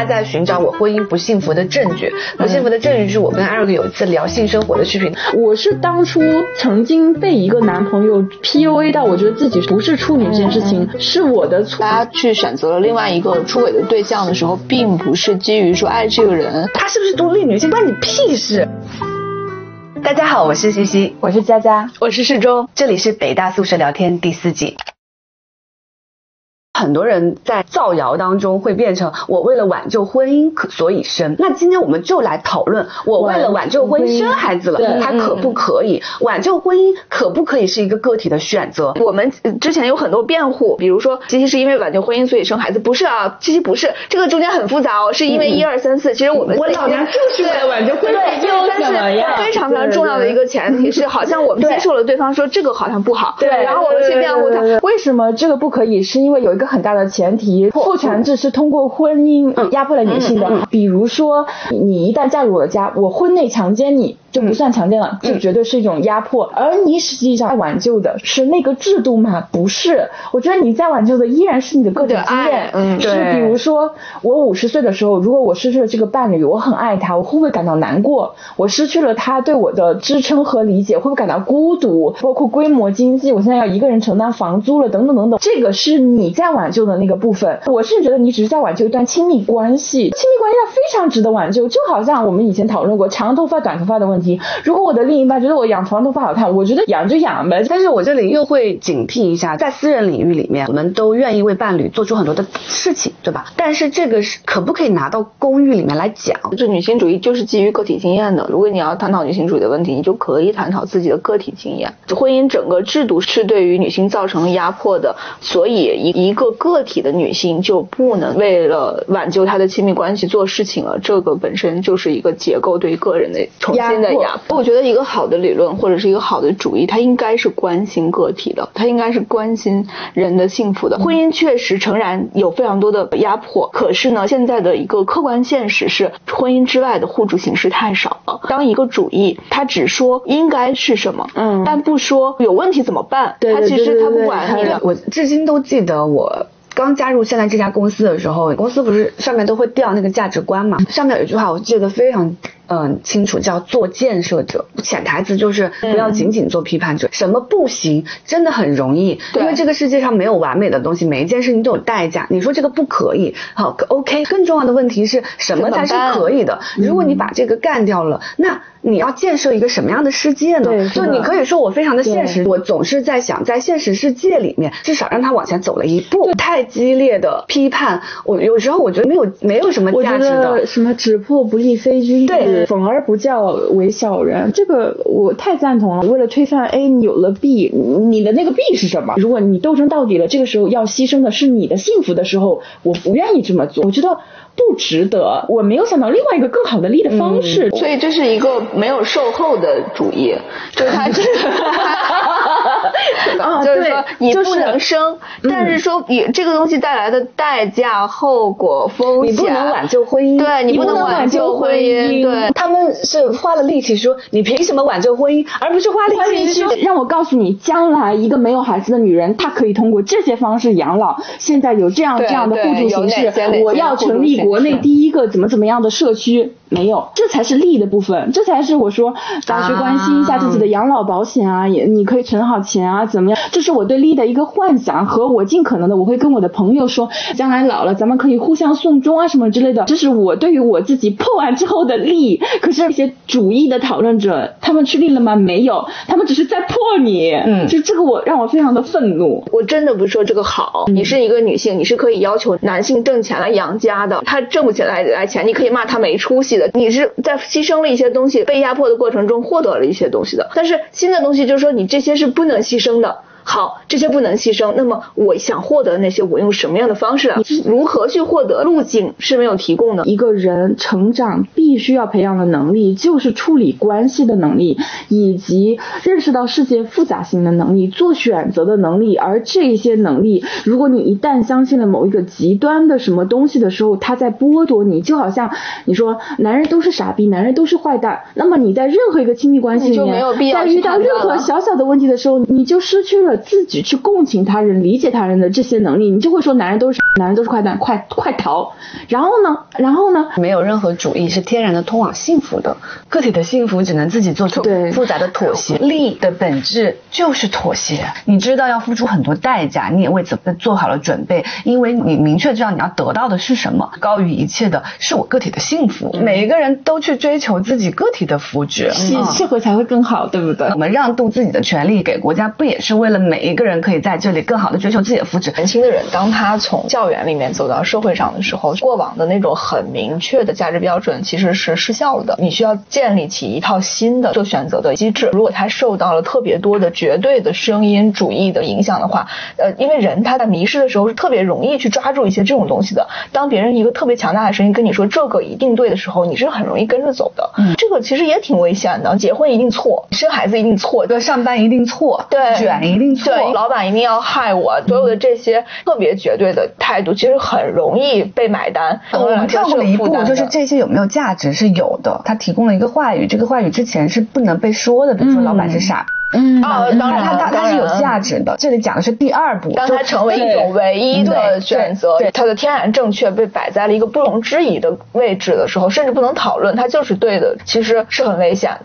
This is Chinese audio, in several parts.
他在寻找我婚姻不幸福的证据。不幸福的证据是我跟艾瑞克有一次聊性生活的视频。 我是当初曾经被一个男朋友 PUA 到，我觉得自己不是处女这件事情是我的错。 大家去选择了另外一个出轨的对象的时候，并不是基于说爱这个人， 他是不是独立女性关你屁事。大家好，我是西西， 我是佳佳， 我是世忠， 这里是北大宿舍聊天第4季。很多人在造谣当中会变成我为了挽救婚姻所以生。那今天我们就来讨论，我为了挽救婚姻生孩子了，它可不可以？挽救婚姻可不可以是一个个体的选择？ 我们之前有很多辩护，比如说西西是因为挽救婚姻所以生孩子，不是啊，西西不是，这个中间很复杂哦，是因为1、2、3、4。其实我老娘就是为了挽救婚姻， 但是非常非常重要的一个前提是，好像我们接受了对方说这个好像不好， 对， 然后我们去辩护他， 为什么这个不可以？是因为有一个很大的前提，父权制是通过婚姻压迫了女性的。比如说，你一旦嫁入我的家，我婚内强奸你就不算强奸了，这绝对是一种压迫。而你实际上挽救的是那个制度吗？不是，我觉得你在挽救的依然是你的个体经验。是比如说，我50岁的时候，如果我失去了这个伴侣，我很爱他，我会不会感到难过？我失去了他对我的支撑和理解，会不会感到孤独？包括规模经济，我现在要一个人承担房租了，等等等等。这个是你在挽救的那个部分。我是觉得你只是在挽救一段亲密关系，亲密关系它非常值得挽救。就好像我们以前讨论过长头发短头发的问题，如果我的另一半觉得我养长头发好看，我觉得养就养呗。 但是我这里又会警惕一下，在私人领域里面，我们都愿意为伴侣做出很多的事情，对吧？但是这个是可不可以拿到公寓里面来讲？ 这女性主义就是基于个体经验的。如果你要探讨女性主义的问题，你就可以探讨自己的个体经验。婚姻整个制度是对于女性造成压迫的，所以一个个体的女性就不能为了挽救她的亲密关系做事情了，这个本身就是一个结构对个人的重新的压迫。我觉得一个好的理论或者是一个好的主义，它应该是关心个体的，它应该是关心人的幸福的。婚姻确实诚然有非常多的压迫，可是呢，现在的一个客观现实是婚姻之外的互助形式太少了。当一个主义它只说应该是什么，但不说有问题怎么办，它其实它不管你的。 我至今都记得我刚加入现在这家公司的时候，公司不是上面都会调那个价值观嘛，上面有一句话我记得非常清楚，叫做建设者，潜台词就是不要仅仅做批判者。什么不行真的很容易，因为这个世界上没有完美的东西，每一件事情都有代价。你说这个不可以，好 OK， 更重要的问题是什么才是可以的？如果你把这个干掉了，那你要建设一个什么样的世界呢？就你可以说我非常的现实，我总是在想在现实世界里面至少让他往前走了一步。太激烈的批判，我有时候我觉得没有什么价值的。 我觉得什么只破不立非君子，反而不教为小人，这个我太赞同了。为了推翻 A 你有了 B， 你的那个 B 是什么？如果你斗争到底了，这个时候要牺牲的是你的幸福的时候，我不愿意这么做，我觉得不值得。我没有想到另外一个更好的立的方式， 所以这是一个没有售后的主义，就是它就是就是说你不能生，但是说你这个东西带来的代价、后果、风险， 你不能挽救婚姻， 对，你不能挽救婚姻，对， 他们是花了力气说你凭什么挽救婚姻，而不是花力气说让我告诉你，将来一个没有孩子的女人，她可以通过这些方式养老。现在有这样的互助形式，我要成立国内第一个怎么样的社区。没有，这才是利的部分，这才是我说大家去关心一下自己的养老保险啊，也你可以存好钱啊，怎么样？这是我对利的一个幻想，和我尽可能的我会跟我的朋友说，将来老了咱们可以互相送终啊什么之类的，这是我对于我自己破完之后的利。可是一些主义的讨论者，他们去利了吗？没有，他们只是在破你。就这个让我非常的愤怒。 我真的不是说这个好，你是一个女性，你是可以要求男性挣钱来养家的，他挣不起来钱，你可以骂他没出息的。你是在牺牲了一些东西，被压迫的过程中获得了一些东西的，但是新的东西就是说你这些是不能牺牲的。好，这些不能牺牲，那么我想获得那些，我用什么样的方式啊？如何去获得？路径是没有提供的。 一个人成长必须要培养的能力，就是处理关系的能力，以及认识到世界复杂性的能力，做选择的能力。而这些能力，如果你一旦相信了某一个极端的什么东西的时候，它在剥夺你。就好像你说男人都是傻逼，男人都是坏蛋，那么你在任何一个亲密关系里面，在遇到任何小小的问题的时候，你就失去了了自己去共情他人、理解他人的这些能力，你就会说男人都是坏蛋，快逃。然后呢？ 没有任何主义是天然的通往幸福的，个体的幸福只能自己做出复杂的妥协。利的本质就是妥协，你知道要付出很多代价，你也为此做好了准备，因为你明确知道你要得到的是什么，高于一切的是我个体的幸福。每一个人都去追求自己个体的福祉， 社会才会更好，对不对？ 我们让渡自己的权利给国家，不也是为了每一个人可以在这里更好的追求自己的福祉？ 年轻的人当他从校园里面走到社会上的时候，过往的那种很明确的价值标准其实是失效的，你需要建立起一套新的做选择的机制。如果他受到了特别多的绝对的声音主义的影响的话，因为人他在迷失的时候是特别容易去抓住一些这种东西的。当别人一个特别强大的声音跟你说这个一定对的时候，你是很容易跟着走的。这个其实也挺危险的。结婚一定错，生孩子一定错， 对，上班一定错， 对， 卷一定错， 对，老板一定要害我，所有的这些特别绝对的态度，其实很容易被买单。 我们跳过了一步，就是这些有没有价值是有的，他提供了一个话语，这个话语之前是不能被说的，比如说老板是傻。 当然它是有价值的。这里讲的是第二步， 当它成为一种唯一的选择，它的天然正确被摆在了一个不容置疑的位置的时候，甚至不能讨论，它就是对的，其实是很危险的。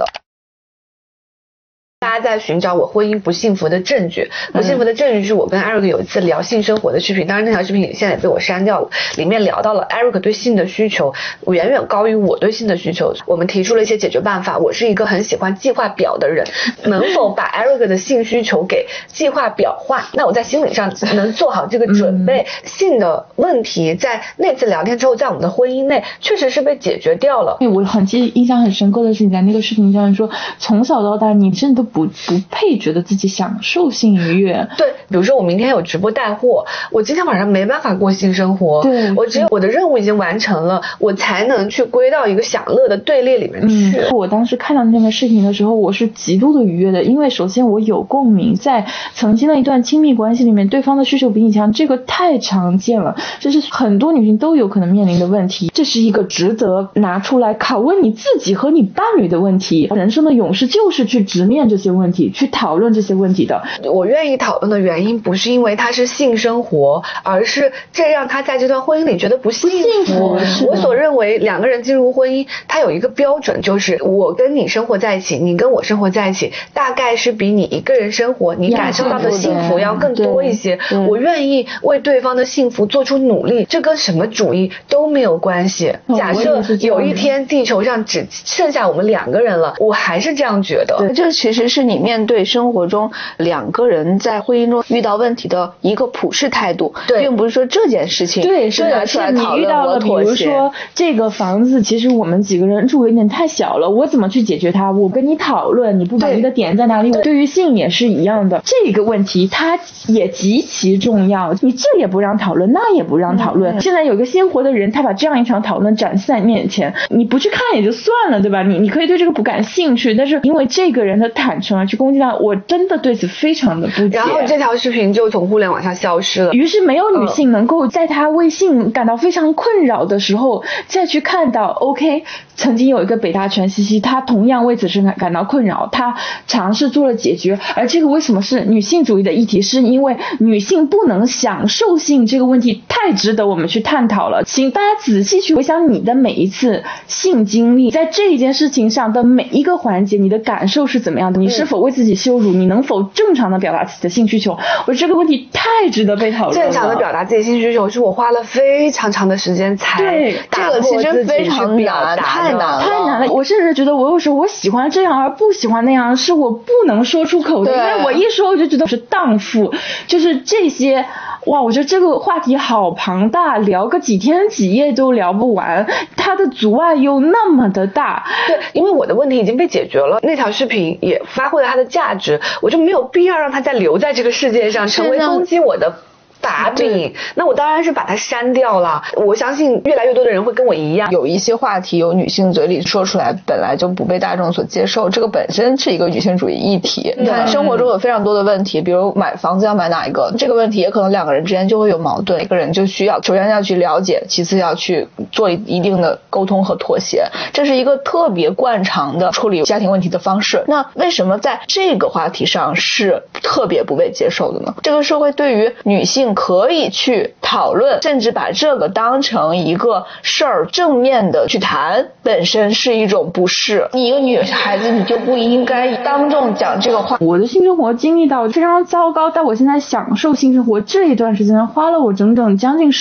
大家在寻找我婚姻不幸福的证据，不幸福的证据是我跟 Eric 有一次聊性生活的视频，当然那条视频现在也被我删掉了，里面聊到了 Eric 对性的需求远远高于我对性的需求，我们提出了一些解决办法。我是一个很喜欢计划表的人，能否把 Eric 的性需求给计划表化，那我在心理上能做好这个准备。性的问题在那次聊天之后，在我们的婚姻内确实是被解决掉了。 我印象很深刻的是你在那个视频上说，从小到大你真的不配觉得自己享受性愉悦。 对，比如说我明天有直播带货，我今天晚上没办法过性生活， 对， 我只有我的任务已经完成了，我才能去归到一个享乐的队列里面去。 我当时看到那个视频的时候，我是极度的愉悦的，因为首先我有共鸣，在曾经的一段亲密关系里面，对方的需求比你强，这个太常见了，这是很多女性都有可能面临的问题，这是一个值得拿出来拷问你自己和你伴侣的问题。人生的勇士就是去直面这些问题，去讨论这些问题的。 我愿意讨论的原因不是因为他是性生活，而是这让他在这段婚姻里觉得不幸福。我所认为两个人进入婚姻，他有一个标准，就是我跟你生活在一起，你跟我生活在一起，大概是比你一个人生活你感受到的幸福要更多一些。我愿意为对方的幸福做出努力，这跟什么主义都没有关系。假设有一天地球上只剩下我们两个人了，我还是这样觉得。 这其实是你面对生活中两个人在婚姻中遇到问题的一个普世态度，并不是说这件事情对是拿出来讨论。你遇到了比如说这个房子其实我们几个人住有点太小了，我怎么去解决它，我跟你讨论，你不满意的点在哪里。对于性也是一样的，这个问题它也极其重要，你这也不让讨论，那也不让讨论。现在有一个鲜活的人，他把这样一场讨论展示在面前，你不去看也就算了，对吧？你可以对这个不感兴趣，但是因为这个人的坦诚而去攻击他，我真的对此非常的不解。 然后这条视频就从互联网上消失了， 于是没有女性能够在她为性感到非常困扰的时候再去看到 OK， 曾经有一个北大全西西，她同样为此事感到困扰，她尝试做了解决。而这个为什么是女性主义的议题，是因为女性不能享受性这个问题太值得我们去探讨了。请大家仔细去回想你的每一次性经历，在这一件事情上的每一个环节，你的感受是怎么样的，你是否为自己羞辱，你能否正常的表达自己的性需求。我觉得这个问题太值得被讨论了。 正常的表达自己性需求是我花了非常长的时间才打破自己去表达， 这个其实非常难，太难了。 我甚至觉得我有时候我喜欢这样而不喜欢那样，是我不能说出口的，因为我一说我就觉得我是荡妇。就是这些哇，我觉得这个话题好庞大，聊个几天几夜都聊不完，它的阻碍又那么的大。 对，因为我的问题已经被解决了，那条视频也发挥了它的价值，我就没有必要让它再留在这个世界上，成为攻击我的把柄，那我当然是把它删掉了。我相信越来越多的人会跟我一样， 有一些话题由女性嘴里说出来本来就不被大众所接受，这个本身是一个女性主义议题。你看生活中有非常多的问题，比如买房子要买哪一个，这个问题也可能两个人之间就会有矛盾，一个人就需要首先要去了解，其次要去做一定的沟通和妥协，这是一个特别惯常的处理家庭问题的方式。那为什么在这个话题上是特别不被接受的呢？这个社会对于女性可以去讨论，甚至把这个当成一个事儿正面的去谈，本身是一种不适。你一个女孩子，你就不应该当众讲这个话。 我的性生活经历到非常糟糕，但我现在享受性生活这一段时间花了我整整将近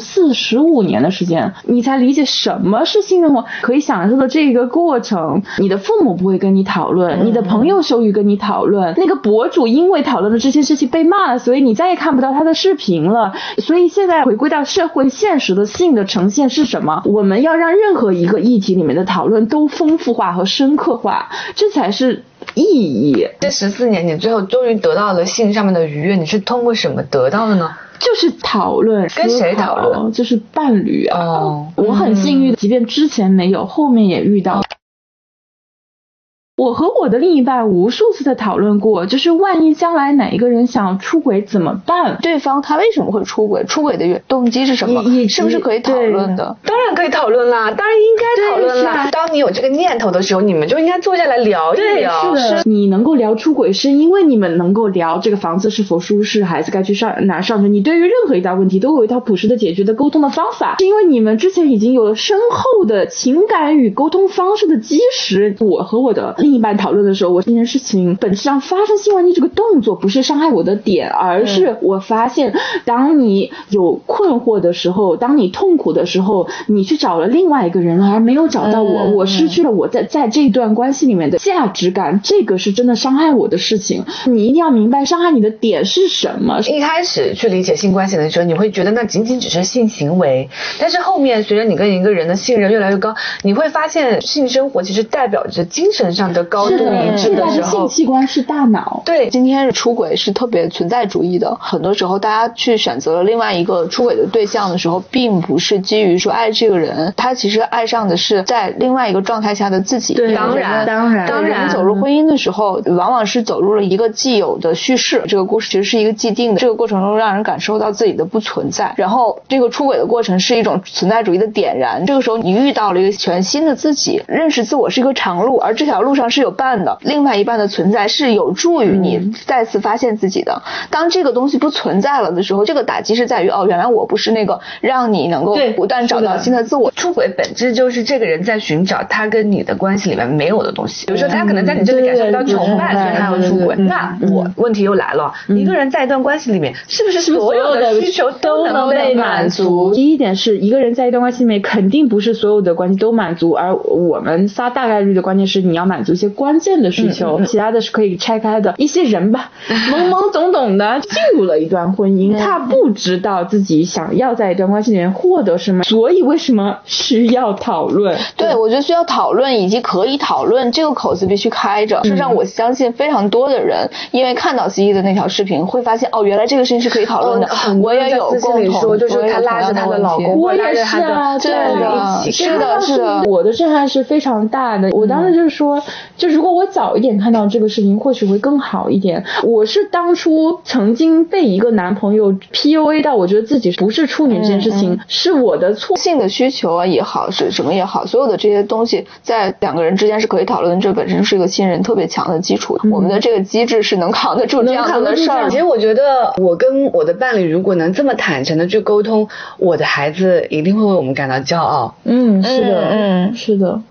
14-15年的时间，你才理解什么是性生活。可以享受的这个过程，你的父母不会跟你讨论，你的朋友羞于跟你讨论，那个博主因为讨论的这些事情被骂了，所以你再也看不到他的视频了。所以现在回归到社会现实的性的呈现是什么？我们要让任何一个议题里面的讨论都丰富化和深刻化，这才是意义。 这14年你最后终于得到了性上面的愉悦，你是通过什么得到的呢？ 就是讨论， 跟谁讨论？ 就是伴侣啊。我很幸运，即便之前没有，后面也遇到。我和我的另一半无数次的讨论过，就是万一将来哪一个人想出轨怎么办？ 对方他为什么会出轨？出轨的动机是什么？是不是可以讨论的？ 当然可以讨论啦，当然应该讨论啦。当你有这个念头的时候，你们就应该坐下来聊一聊。 是的，你能够聊出轨，是因为你们能够聊这个房子是否舒适，孩子该去哪上学。你对于任何一大问题都有一套朴实的解决的沟通的方法，是因为你们之前已经有了深厚的情感与沟通方式的基石。我和我的另一半讨论的时候，我这件事情本质上发生性关系这个动作不是伤害我的点，而是我发现当你有困惑的时候，当你痛苦的时候，你去找了另外一个人而没有找到我，我失去了我在这段关系里面的价值感，这个是真的伤害我的事情。你一定要明白伤害你的点是什么。 一开始去理解性关系的时候，你会觉得那仅仅只是性行为，但是后面随着你跟一个人的信任越来越高，你会发现性生活其实代表着精神上的高度一致的时候， 性器官是大脑。 对，今天出轨是特别存在主义的，很多时候大家去选择了另外一个出轨的对象的时候，并不是基于说爱这个人，他其实爱上的是在另外一个状态下的自己。 对，当然走入婚姻的时候，往往是走入了一个既有的叙事，这个故事其实是一个既定的，这个过程中让人感受到自己的不存在，然后这个出轨的过程是一种存在主义的点燃，这个时候你遇到了一个全新的自己，认识自我是一个长路，而这条路上是有伴的，另外一半的存在是有助于你再次发现自己的。当这个东西不存在了的时候，这个打击是在于原来我不是那个让你能够不断找到新的自我。 出轨本质就是这个人在寻找他跟你的关系里面没有的东西，比如说他可能在你这里感受到崇拜，所以他要出轨。那问题又来了，一个人在一段关系里面是不是所有的需求都能被满足？ 第一点是一个人在一段关系里面肯定不是所有的关系都满足，而我们仨大概率的关键是你要满足一些关键的需求，其他的是可以拆开的。一些人吧，懵懵懂懂的进入了一段婚姻，他不知道自己想要在一段关系里面获得什么，所以为什么需要讨论？ 对，我觉得需要讨论以及可以讨论这个口子必须开着。事实上我相信非常多的人因为看到 CE 的那条视频会发现原来这个事情是可以讨论的。我也有共同说，就是他拉着他的老公， 我也是啊， 对的，是的， 我的震撼是非常大的。我当时就是说，就如果我早一点看到这个事情，或许会更好一点。我是当初曾经被一个男朋友 PUA 到，我觉得自己不是处女这件事情是我的错。 性的需求也好，是什么也好，所有的这些东西在两个人之间是可以讨论的，这本身是一个信任特别强的基础。我们的这个机制是能扛得住这样的事儿。 其实我觉得我跟我的伴侣如果能这么坦诚的去沟通，我的孩子一定会为我们感到骄傲。 是的，是的。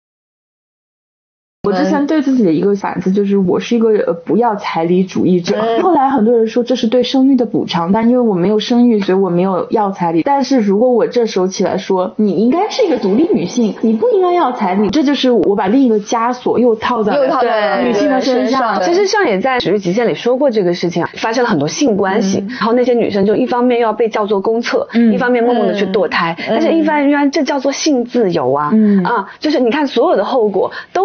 我之前对自己的一个反思就是我是一个不要彩礼主义者，后来很多人说这是对生育的补偿，但因为我没有生育，所以我没有要彩礼。但是如果我这时候起来说你应该是一个独立女性，你不应该要彩礼，这就是我把另一个枷锁又套在女性的身上。 其实上也在《始于极限》里说过这个事情啊，发生了很多性关系，然后那些女生就一方面要被叫做公厕，一方面默默的去堕胎，但是一方面这叫做性自由啊，就是你看所有的后果都被这个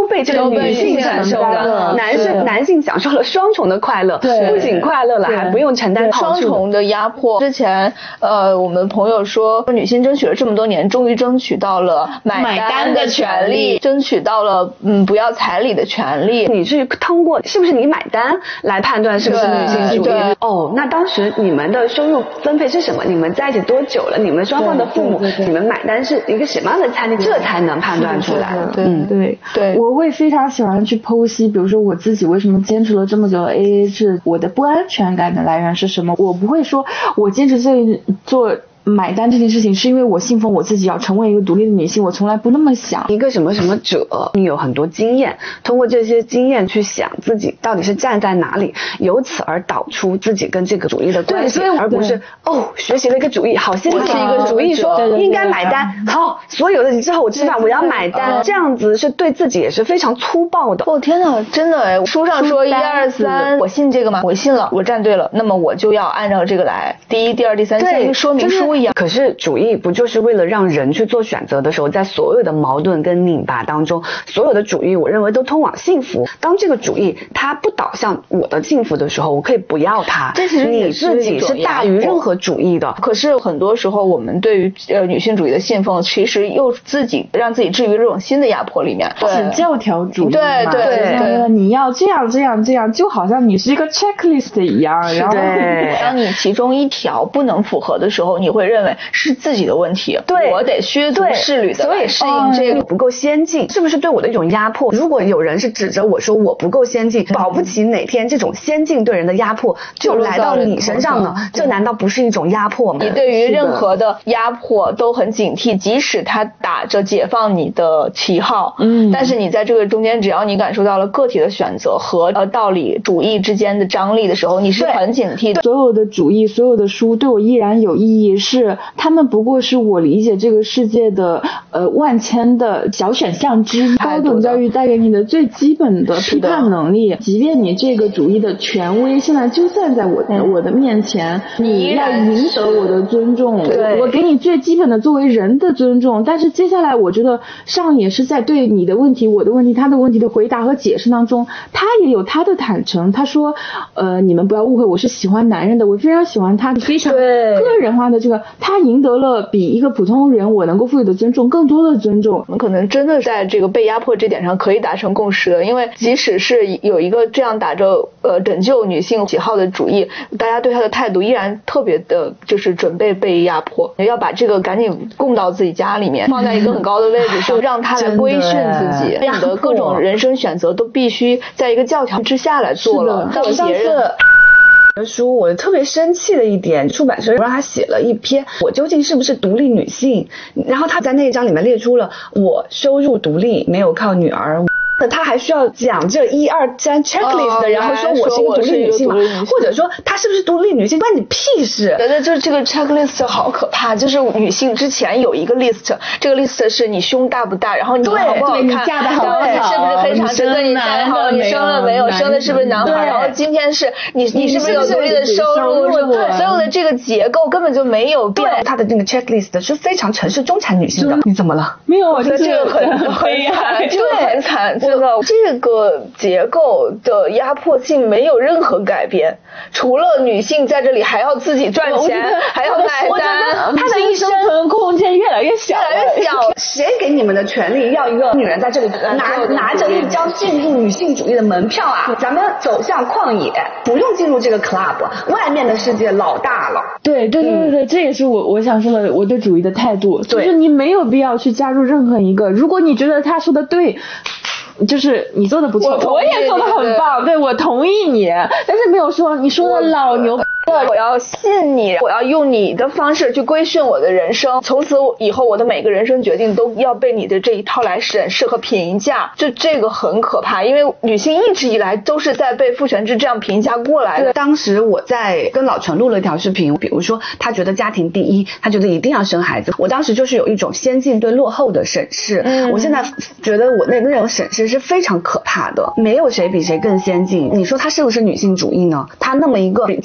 女性承受的，男性享受了双重的快乐，不仅快乐了，还不用承担双重的压迫。之前我们朋友说，女性争取了这么多年，终于争取到了买单的权利，争取到了不要彩礼的权利。 你是通过是不是你买单来判断是不是女性主义？哦，那当时你们的收入分配是什么？你们在一起多久了？你们双方的父母，你们买单是一个什么样的餐厅？这才能判断出来。 对，我会非常喜欢去剖析，比如说我自己为什么坚持了这么久的 AA 制，我的不安全感的来源是什么？我不会说我坚持做买单这件事情是因为我信奉我自己要成为一个独立的女性，我从来不那么想。 一个什么什么者，你有很多经验，通过这些经验去想自己到底是站在哪里，由此而导出自己跟这个主义的关系，而不是学习了一个主义，好先进一个主义说应该买单，好，所有的之后我吃饭我要买单，这样子是对自己也是非常粗暴的。 天哪，真的书上说1、2、3，我信这个吗？我信了，我站对了，那么我就要按照这个来，第一、第二、第三，像一个说明书一样。 可是主义不就是为了让人去做选择的时候，在所有的矛盾跟拧巴当中，所有的主义我认为都通往幸福。当这个主义它不导向我的幸福的时候，我可以不要它。 这其实你自己是大于任何主义的。 可是很多时候我们对于女性主义的信奉，其实又让自己置于这种新的压迫里面， 是教条主义。 对， 你要这样，就好像你是一个 checklist 一样。然后当你其中一条不能符合的时候，你会认为是自己的问题，我得削足适履的来适应这个。 不够先进，是不是对我的一种压迫？如果有人是指着我说我不够先进，保不齐哪天这种先进对人的压迫就来到你身上呢？这难道不是一种压迫吗？ 你对于任何的压迫都很警惕，即使他打着解放你的旗号，但是你在这个中间，只要你感受到了个体的选择和道理主义之间的张力的时候，你是很警惕的。 所有的主义，所有的书对我依然有意义，是他们不过是我理解这个世界的万千的小选项之一。高等教育带给你的最基本的批判能力，即便你这个主义的权威现在就站在我的面前，你要赢得我的尊重，我给你最基本的作为人的尊重。但是接下来我觉得上也是在对你的问题、我的问题、他的问题的回答和解释当中，他也有他的坦诚。他说你们不要误会，我是喜欢男人的，我非常喜欢他非常个人化的这个，他赢得了比一个普通人我能够赋予的尊重更多的尊重。 我们可能真的在这个被压迫这点上可以达成共识的，因为即使是有一个这样打着拯救女性旗号的主义，大家对他的态度依然特别的就是准备被压迫，要把这个赶紧供到自己家里面，放在一个很高的位置上，让他来规训自己，你的各种人生选择都必须在一个教条之下来做了。当别人书我特别生气的一点，出版社让他写了一篇我究竟是不是独立女性，然后他在那一章里面列出了我收入独立，没有靠女儿，他还需要讲这1、2、3 checklist，然后说我是一个独立女性嘛，或者说他是不是独立女性关你屁事。 觉得就是这个 checklist 好可怕，就是女性之前有一个 list， 这个 list 是你胸大不大，然后你好不好看， 你嫁得好不好， 是不是非常值得，你嫁得好，你生了没有，生的是不是男孩，然后今天是你是不是有独立的收入，所有的这个结构根本就没有变。 他的这个 checklist 是非常城市中产女性的。你怎么了？ 没有， 我觉得这个很惨，这个很惨。这个结构的压迫性没有任何改变，除了女性在这里还要自己赚钱，还要买单， 她的生存空间越来越小。 谁给你们的权利要一个女人在这里拿着一张进入女性主义的门票啊？咱们走向旷野，不用进入这个 club， 外面的世界老大了。 对，这也是我想说的，我对主义的态度，就是你没有必要去加入任何一个，如果你觉得他说的对，就是你做的不错，我也做的很棒，对，我同意你，但是没有说你说的老牛。 我要信你，我要用你的方式去规训我的人生，从此以后我的每个人生决定都要被你的这一套来审视和评价，就这个很可怕，因为女性一直以来都是在被父权制这样评价过来的。 当时我在跟老陈录了一条视频，比如说他觉得家庭第一，他觉得一定要生孩子，我当时就是有一种先进对落后的审视，我现在觉得我那种审视是非常可怕的，没有谁比谁更先进，你说他是不是女性主义呢？他那么一个家庭为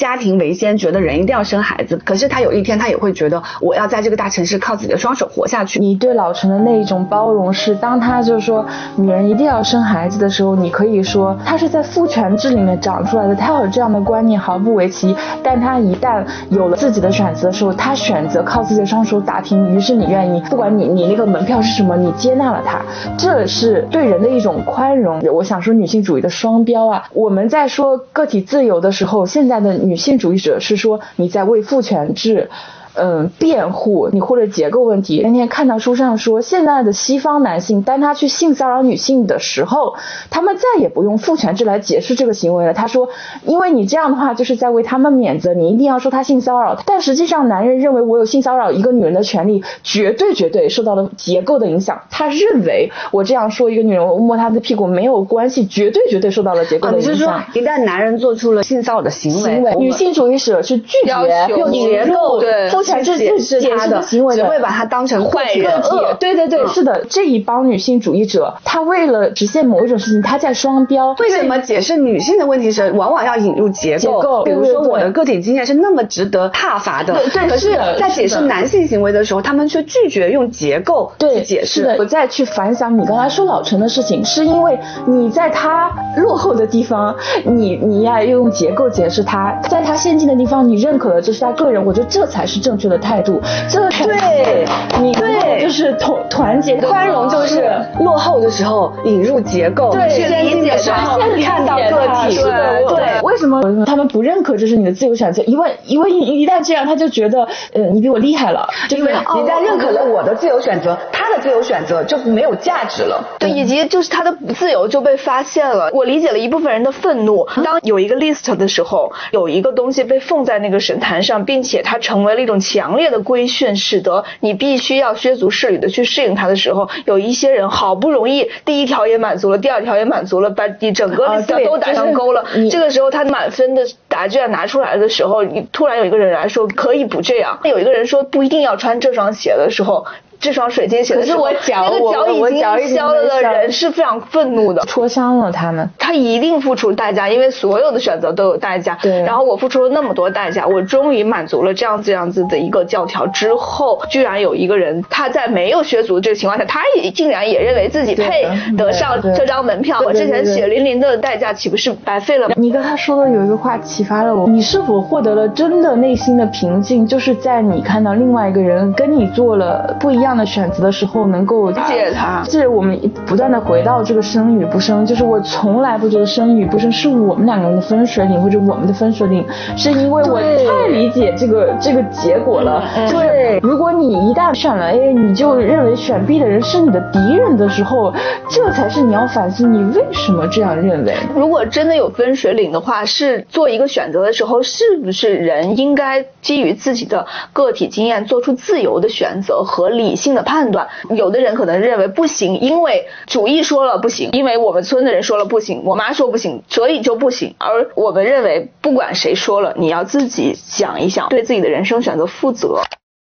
为先，觉得人一定要生孩子，可是他有一天他也会觉得我要在这个大城市靠自己的双手活下去。 你对老陈的那一种包容是，当他就说女人一定要生孩子的时候，你可以说他是在父权制里面长出来的，他有这样的观念毫不为奇，但他一旦有了自己的选择的时候，他选择靠自己的双手打拼，于是你愿意，不管你那个门票是什么，你接纳了他，这是对人的一种宽容。我想说女性主义的双标啊，我们在说个体自由的时候，现在的女性主义者是说你在为父权制辩护，你或者结构问题。那天看到书上说，现在的西方男性当他去性骚扰女性的时候，他们再也不用父权制来解释这个行为了。他说因为你这样的话就是在为他们免责，你一定要说他性骚扰。但实际上男人认为我有性骚扰一个女人的权利，绝对受到了结构的影响。他认为我这样说一个女人，我摸她的屁股没有关系，绝对受到了结构的影响。 你是说一旦男人做出了性骚扰的行为， 女性主义者是拒绝用结构父权制解释他的行为的， 只会把他当成坏人。 对，是的，这一帮女性主义者，他为了实现某一种事情，他在双标。 为什么解释女性的问题时，往往要引入结构？比如说我的个体经验是那么值得挞伐的，可是在解释男性行为的时候，他们却拒绝用结构去解释。 我再去反想你刚才说老陈的事情，是因为你在他落后的地方，你要用结构解释他，在他先进的地方，你认可了这是他个人，我觉得这才是正确的态度。这对， 你对就是团结宽容，就是落后的时候引入结构， 对，去理解他，看到个体。 对，为什么他们不认可这是你的自由选择？因为一旦这样，他就觉得你比我厉害了。 因为一旦认可了我的自由选择，他的自由选择就没有价值了。 对，以及就是他的不自由就被发现了。我理解了一部分人的愤怒。当有一个 list 的时候，有一个东西被奉在那个神坛上，并且它成为了一种强烈的规训，使得你必须要削足适履的去适应它的时候，有一些人好不容易第一条也满足了，第二条也满足了，把你整个 list 都打上勾了。这个时候他满分的答卷拿出来的时候，你突然有一个人来说可以不这样，有一个人说不一定要穿这双鞋的时候，这双水晶鞋的时候， 可是那个脚已经消了的人是非常愤怒的， 戳伤了他们。 他一定付出代价，因为所有的选择都有代价。 对。 然后我付出了那么多代价，我终于满足了这样子的一个教条之后，居然有一个人他在没有削足这个情况下，他也竟然也认为自己配得上这张门票。我之前血淋淋的代价岂不是白费了？ 你刚才说的有一个话启发了我，你是否获得了真的内心的平静，就是在你看到另外一个人跟你做了不一样的选择的时候，能够理解他。 是我们不断的回到这个生与不生，就是我从来不觉得生与不生是我们两个人的分水岭或者我们的分水岭，是因为我太理解这个结果了。对，如果你一旦选了 A， 你就认为选 B 的人是你的敌人的时候，这才是你要反思你为什么这样认为。 如果真的有分水岭的话，是做一个选择的时候，是不是人应该基于自己的个体经验做出自由的选择和理性的判断？有的人可能认为不行，因为主义说了不行，因为我们村的人说了不行，我妈说不行，所以就不行。而我们认为不管谁说了，你要自己想一想，对自己的人生选择负责。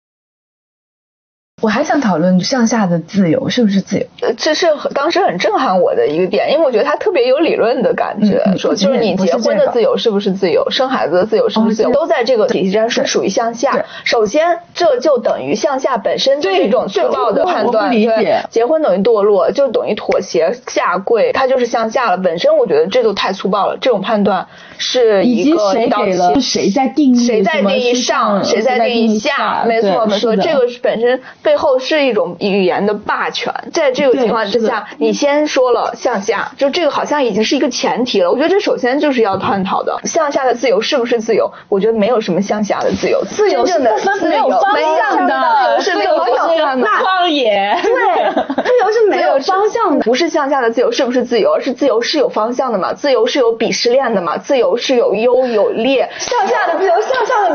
我还想讨论向下的自由是不是自由？ 这是当时很震撼我的一个点，因为我觉得它特别有理论的感觉，说就是你结婚的自由是不是自由，生孩子的自由是不是自由，都在这个体系上是属于向下。首先，这就等于向下本身就是一种粗暴的判断，对，结婚等于堕落，就等于妥协下跪，它就是向下了。本身我觉得这就太粗暴了，这种判断是一个谁给了谁在定义， 谁在定义上，谁在定义下，没错，这个本身背后是一种语言的霸权。在这个情况之下，你先说了向下，就这个好像已经是一个前提了。我觉得这首先就是要探讨的，向下的自由是不是自由？我觉得没有什么向下的自由，自由真正的自由没有方向的， 自由是没有方向的， 荒野。 对，自由是没有方向的， 不是向下的自由是不是自由，而是自由是有方向的嘛？自由是有鄙视链的嘛？自由是有优有劣。 向下的自由，向上的自由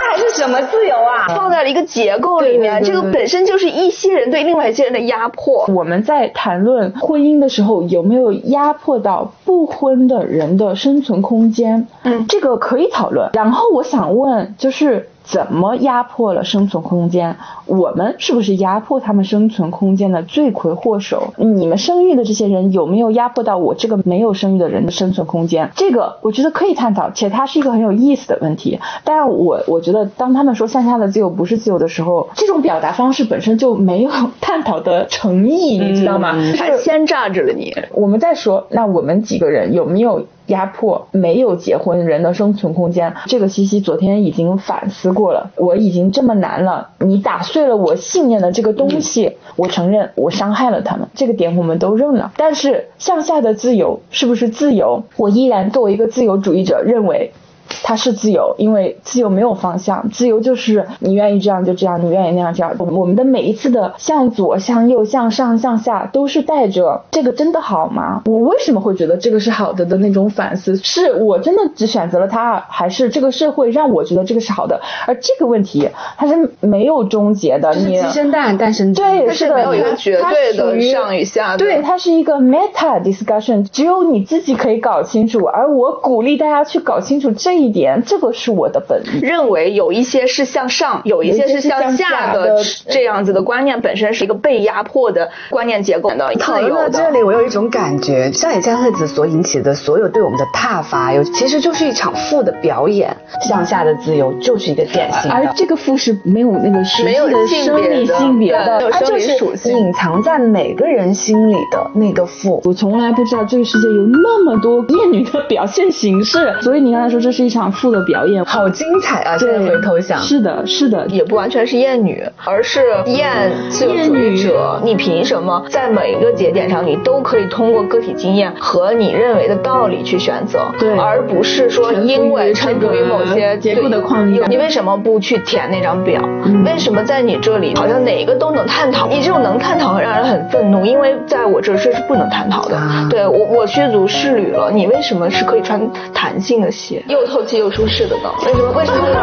还是什么自由啊？ 放在了一个结构里面，这个本身就是一些人对另外一些人的压迫。 我们在谈论婚姻的时候，有没有压迫到不婚的人的生存空间？这个可以讨论。然后我想问，就是怎么压迫了生存空间？我们是不是压迫他们生存空间的罪魁祸首？你们生育的这些人有没有压迫到我这个没有生育的人的生存空间？这个我觉得可以探讨，且它是一个很有意思的问题。当然我觉得当他们说向下的自由不是自由的时候，这种表达方式本身就没有探讨的诚意，你知道吗？ 还先榨着了你。 我们再说，那我们几个人有没有压迫没有结婚人的生存空间？这个西西昨天已经反思过了，我已经这么难了，你打碎了我信念的这个东西，我承认我伤害了他们，这个点我们都认了。但是向下的自由是不是自由？我依然作为一个自由主义者认为它是自由，因为自由没有方向，自由就是你愿意这样就这样，你愿意那样这样。我们的每一次的向左向右向上向下都是带着这个真的好吗？我为什么会觉得这个是好的那种反思？是我真的只选择了它，还是这个社会让我觉得这个是好的？而这个问题它是没有终结的，你鸡生蛋蛋生鸡， 对， 它是没有一个绝对的上与下的， 对，它是一个 meta discussion， 只有你自己可以搞清楚，而我鼓励大家去搞清楚这一点，这个是我的本意。 认为有一些是向上，有一些是向下的，这样子的观念本身是一个被压迫的观念结构的。 讨论到这里，我有一种感觉，上野千鹤子所引起的所有对我们的挞伐，其实就是一场负的表演。向下的自由就是一个典型的， 而这个负是没有那个实际的生理性别的， 它就是隐藏在每个人心里的那个负。 我从来不知道这个世界有那么多厌女的表现形式，所以你刚才说这是一场负的表演， 好精彩啊！现在回头想， 是的， 也不完全是厌女，而是厌自由主义者。你凭什么在每一个节点上，你都可以通过个体经验和你认为的道理去选择， 对， 而不是说因为臣服于某些结构的框架。 你为什么不去填那张表？为什么在你这里好像哪个都能探讨？你这种能探讨让人很愤怒，因为在我这是不能探讨的。对，我削足适履了，你为什么是可以穿弹性的鞋，又透气又舒适的呢？为什么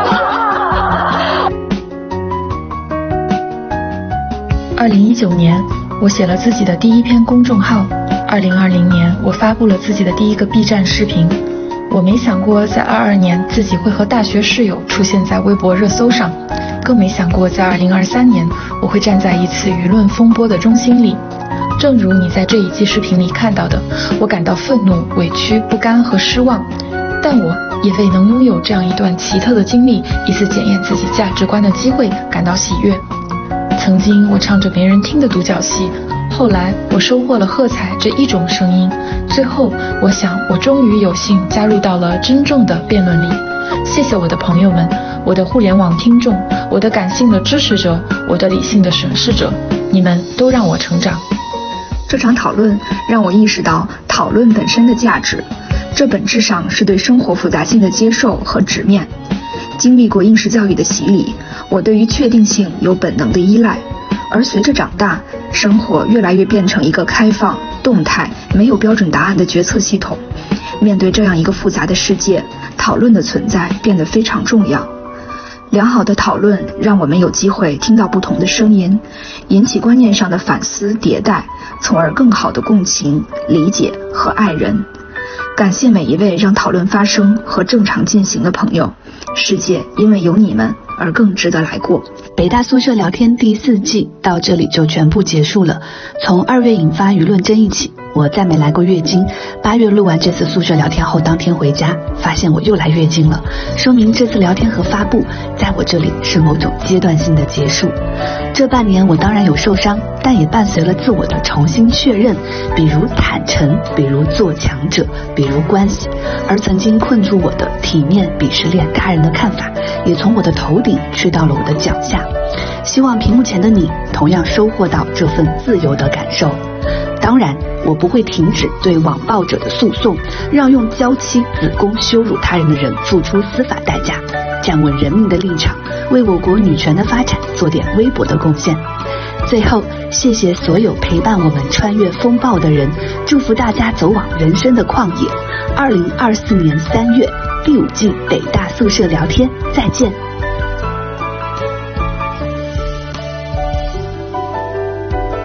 ？2019年，我写了自己的第一篇公众号。2020年，我发布了自己的第一个 B 站视频。我没想过在22年自己会和大学室友出现在微博热搜上，更没想过在2023年我会站在一次舆论风波的中心里。正如你在这一期视频里看到的，我感到愤怒、委屈、不甘和失望，但我也为能拥有这样一段奇特的经历，一次检验自己价值观的机会感到喜悦。曾经我唱着没人听的独角戏，后来我收获了喝彩这一种声音，最后我想我终于有幸加入到了真正的辩论里。谢谢我的朋友们，我的互联网听众，我的感性的支持者，我的理性的审视者，你们都让我成长。 这场讨论让我意识到讨论本身的价值，这本质上是对生活复杂性的接受和直面。经历过应试教育的洗礼，我对于确定性有本能的依赖，而随着长大，生活越来越变成一个开放、动态、没有标准答案的决策系统。面对这样一个复杂的世界，讨论的存在变得非常重要。良好的讨论让我们有机会听到不同的声音，引起观念上的反思迭代，从而更好的共情、理解和爱人。感谢每一位让讨论发生和正常进行的朋友，世界因为有你们而更值得来过。 北大宿舍聊天第4季到这里就全部结束了。从2月引发舆论争议起，我再没来过月经。8月录完这次宿舍聊天后，当天回家发现我又来月经了，说明这次聊天和发布在我这里是某种阶段性的结束。这半年我当然有受伤，但也伴随了自我的重新确认，比如坦诚，比如做强者，比如关系。而曾经困住我的体面、鄙视链、他人的看法，也从我的头顶去到了我的脚下。希望屏幕前的你同样收获到这份自由的感受。当然，我不会停止对网暴者的诉讼，让用娇妻子宫羞辱他人的人付出司法代价，站稳人民的立场，为我国女权的发展做点微薄的贡献。最后，谢谢所有陪伴我们穿越风暴的人，祝福大家走往人生的旷野。2024年3月第5季北大宿舍聊天，再见。